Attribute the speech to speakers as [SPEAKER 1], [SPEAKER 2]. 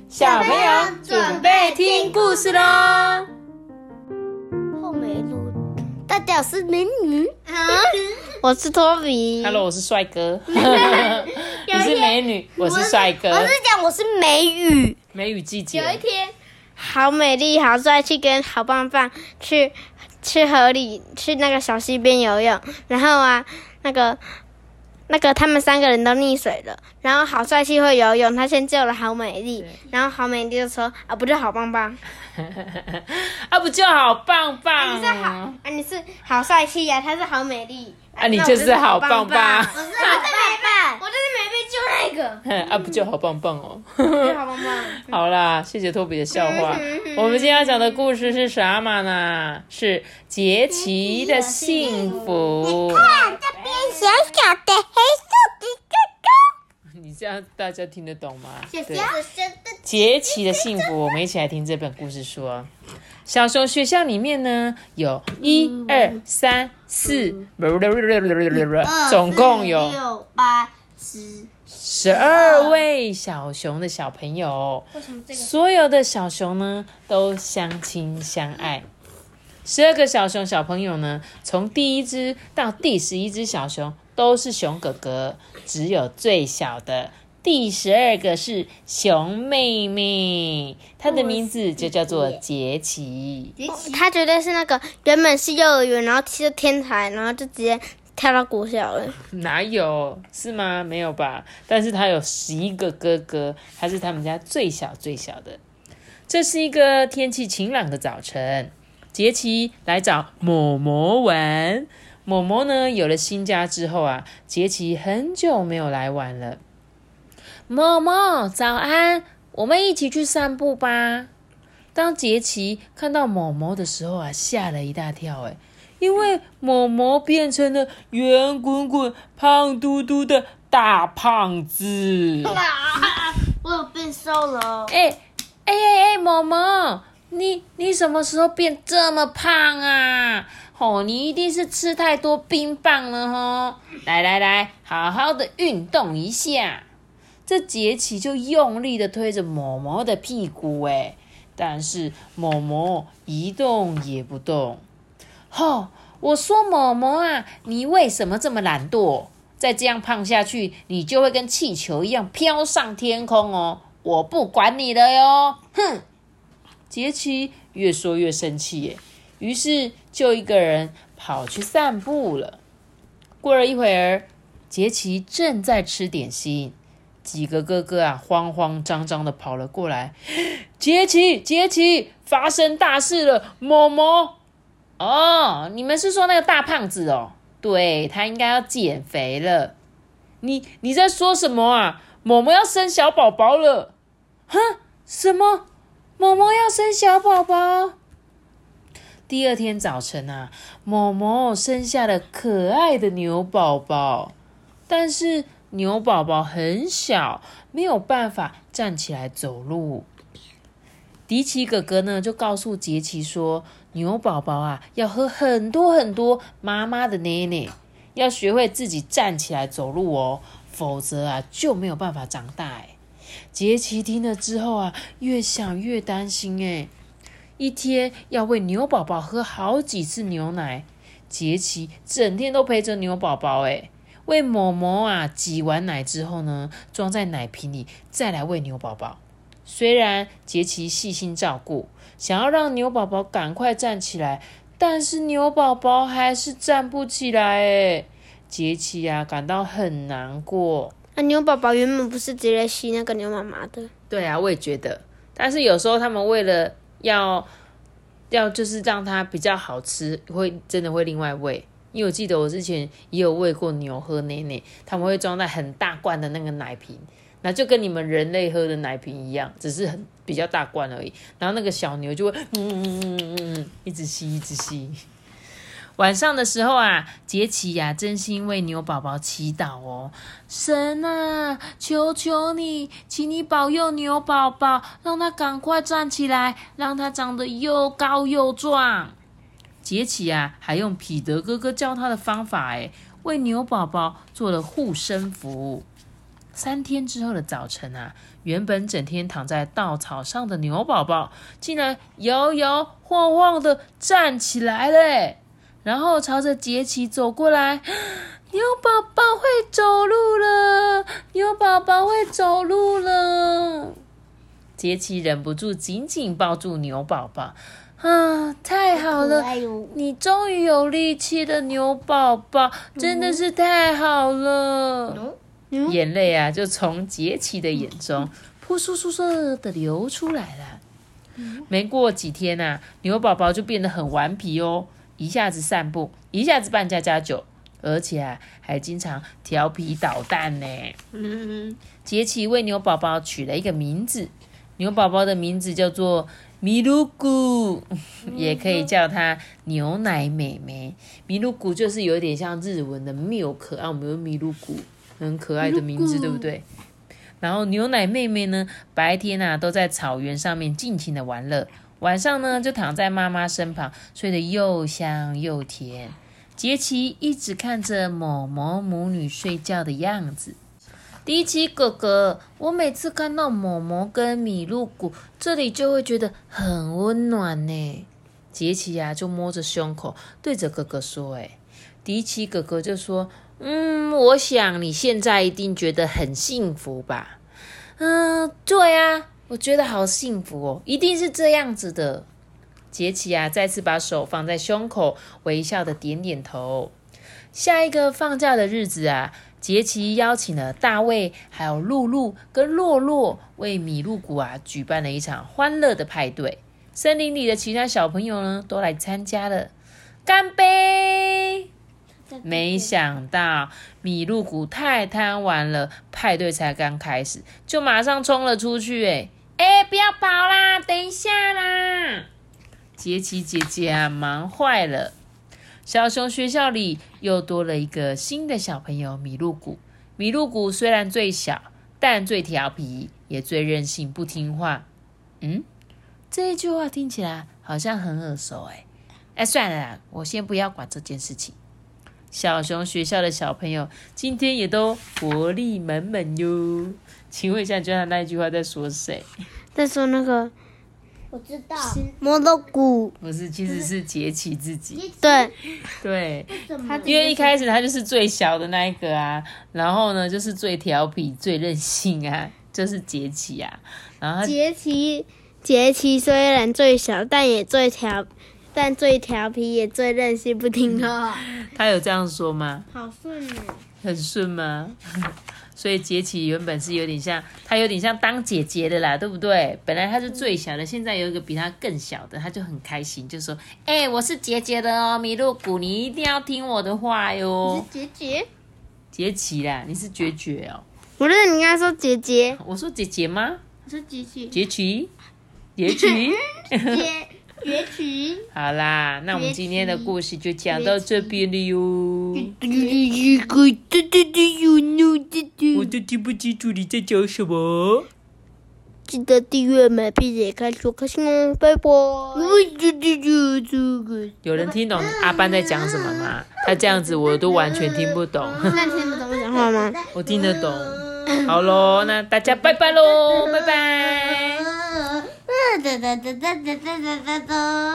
[SPEAKER 1] 小朋友准备听故事咯。
[SPEAKER 2] 后美路，大家是美女，我是托比。
[SPEAKER 1] Hello， 我是帅哥。你是美女，我是帅哥。
[SPEAKER 2] 我是美语。
[SPEAKER 1] 美语季节。
[SPEAKER 2] 有一天，好美丽、好帅气跟好棒棒去河里，去那个小溪边游泳，然后啊，那个他们3个人都溺水了，然后好帅气会游泳，他先救了好美丽，然后好美丽就说啊，不就好棒棒，
[SPEAKER 1] 啊，不就好棒棒，
[SPEAKER 2] 你是好帅气呀，他是好美丽，
[SPEAKER 1] 你就是好棒棒，
[SPEAKER 2] 我就是没被救那个，
[SPEAKER 1] 啊，不就好棒棒哦，
[SPEAKER 2] 不就好棒棒。
[SPEAKER 1] 好啦，谢谢托比的笑话。我们今天要讲的故事是什么呢？是杰奇的幸福。
[SPEAKER 2] 看这边小小的黑色的猪猪，
[SPEAKER 1] 你这样大家听得懂吗？
[SPEAKER 2] 对，
[SPEAKER 1] 杰奇的幸福，我们一起来听这本故事书。小熊学校里面呢，有1、2、3、4，总共有
[SPEAKER 2] 6、8、10。
[SPEAKER 1] 12位小熊的小朋友，所有的小熊呢都相亲相爱。12个小熊小朋友呢，从第1只到第11只小熊都是熊哥哥，只有最小的第12个是熊妹妹，她的名字就叫做杰奇。
[SPEAKER 2] 她绝对是那个原本是幼儿园，然后是天才，然后就直接跳到国小了。
[SPEAKER 1] 哪有？是吗？没有吧？但是他有11个哥哥，他是他们家最小最小的。这是一个天气晴朗的早晨，杰奇来找某某玩。某某呢有了新家之后啊，杰奇很久没有来玩了。某某早安，我们一起去散步吧。当杰奇看到某某的时候啊，吓了一大跳因为某某变成了圆滚滚、胖嘟嘟的大胖子。
[SPEAKER 2] 我有变瘦了。
[SPEAKER 1] 某某，你什么时候变这么胖啊？你一定是吃太多冰棒了来，好好的运动一下。这杰奇就用力的推着某某的屁股但是某某一动也不动。我说某某啊，你为什么这么懒惰？再这样胖下去，你就会跟气球一样飘上天空哦！我不管你了哟！哼！杰奇越说越生气于是就一个人跑去散步了。过了一会儿，杰奇正在吃点心，几个哥哥啊慌慌张张的跑了过来。杰奇，发生大事了！某某你们是说那个大胖子对，他应该要减肥了。你在说什么啊？某某要生小宝宝了。什么？某某要生小宝宝？第2天早晨啊，某某生下了可爱的牛宝宝，但是牛宝宝很小，没有办法站起来走路。迪奇哥哥呢就告诉杰奇说，牛宝宝啊要喝很多很多妈妈的奶奶，要学会自己站起来走路否则啊就没有办法长大杰奇听了之后啊，越想越担心一天要喂牛宝宝喝好几次牛奶，杰奇整天都陪着牛宝宝喂某某啊挤完奶之后呢，装在奶瓶里再来喂牛宝宝。虽然杰奇细心照顾，想要让牛宝宝赶快站起来，但是牛宝宝还是站不起来杰奇啊感到很难过。
[SPEAKER 2] 牛宝宝原本不是直接吸那个牛妈妈的。
[SPEAKER 1] 对啊，我也觉得。但是有时候他们为了要就是让它比较好吃，真的会另外喂。因为我记得我之前也有喂过牛喝奶奶，他们会装在很大罐的那个奶瓶，那就跟你们人类喝的奶瓶一样，只是比较大罐而已。然后那个小牛就会一直吸一直吸。晚上的时候啊，杰奇呀真心为牛宝宝祈祷神啊，求求你，请你保佑牛宝宝，让他赶快站起来，让他长得又高又壮。杰奇啊还用彼得哥哥教他的方法为牛宝宝做了护身符。 3天之后的早晨啊，原本整天躺在稻草上的牛宝宝，竟然摇摇晃晃的站起来了，然后朝着杰奇走过来。牛宝宝会走路了，牛宝宝会走路了。杰奇忍不住紧紧抱住牛宝宝。太好了，你终于有力气了，牛宝宝，真的是太好了。眼泪啊，就从杰奇的眼中扑簌簌簌的流出来了。没过几天啊，牛宝宝就变得很顽皮哦，一下子散步，一下子扮家家酒，而且啊，还经常调皮捣蛋呢。杰奇为牛宝宝取了一个名字，牛宝宝的名字叫做米露谷，也可以叫它牛奶妹妹。米露谷就是有点像日文的 milk 啊，我们有米露谷，很可爱的名字，对不对？然后牛奶妹妹呢，白天啊都在草原上面尽情的玩乐，晚上呢就躺在妈妈身旁，睡得又香又甜。杰奇一直看着某某母女睡觉的样子。迪奇哥哥，我每次看到某某跟米露谷，这里就会觉得很温暖呢。杰奇啊，就摸着胸口，对着哥哥说：“迪奇哥哥就说，我想你现在一定觉得很幸福吧？对啊，我觉得好幸福哦，一定是这样子的。”杰奇啊，再次把手放在胸口，微笑的点点头。下一个放假的日子啊，杰奇邀请了大卫、还有露露跟洛洛，为米露谷啊举办了一场欢乐的派对。森林里的其他小朋友呢，都来参加了。干杯！没想到米露谷太贪玩了，派对才刚开始，就马上冲了出去。不要跑啦，等一下啦！杰奇姐姐啊，忙坏了。小熊学校里又多了一个新的小朋友米露谷。米露谷虽然最小，但最调皮，也最任性，不听话。这一句话听起来好像很耳熟算了啦，我先不要管这件事情。小熊学校的小朋友今天也都活力满满哟。请问一下，就他那一句话在说谁？
[SPEAKER 2] 在说那个，
[SPEAKER 3] 我知道，
[SPEAKER 2] 摩洛谷
[SPEAKER 1] 不是，其实是杰奇自己。
[SPEAKER 2] 对，
[SPEAKER 1] 因为一开始他就是最小的那一个啊，然后呢就是最调皮、最任性啊，就是杰奇啊。然后
[SPEAKER 2] 杰奇虽然最小，但最调皮，也最任性，不听话。
[SPEAKER 1] 他有这样说吗？
[SPEAKER 2] 好顺哦，
[SPEAKER 1] 很顺吗？所以杰奇原本是有点像当姐姐的啦，对不对？本来他是最小的，现在有一个比他更小的，他就很开心，就说：“我是姐姐的哦，米露谷，你一定要听我的话哟。”
[SPEAKER 2] 你是姐姐？
[SPEAKER 1] 杰奇啦，你是决绝哦。
[SPEAKER 2] 不是，你应该说姐姐。
[SPEAKER 1] 我说姐姐吗？
[SPEAKER 2] 我说姐姐。
[SPEAKER 1] 杰奇。
[SPEAKER 2] 崛起。
[SPEAKER 1] 好啦，那我们今天的故事就讲到这边了哟。我都听不清楚你在讲什么。
[SPEAKER 2] 记得订阅买币也开说开心哦，拜拜。
[SPEAKER 1] 有人听懂阿班在讲什么吗？他这样子我都完全听不懂。
[SPEAKER 2] 那听不懂我讲话吗？
[SPEAKER 1] 我听得懂。好咯，那大家拜拜咯，拜拜。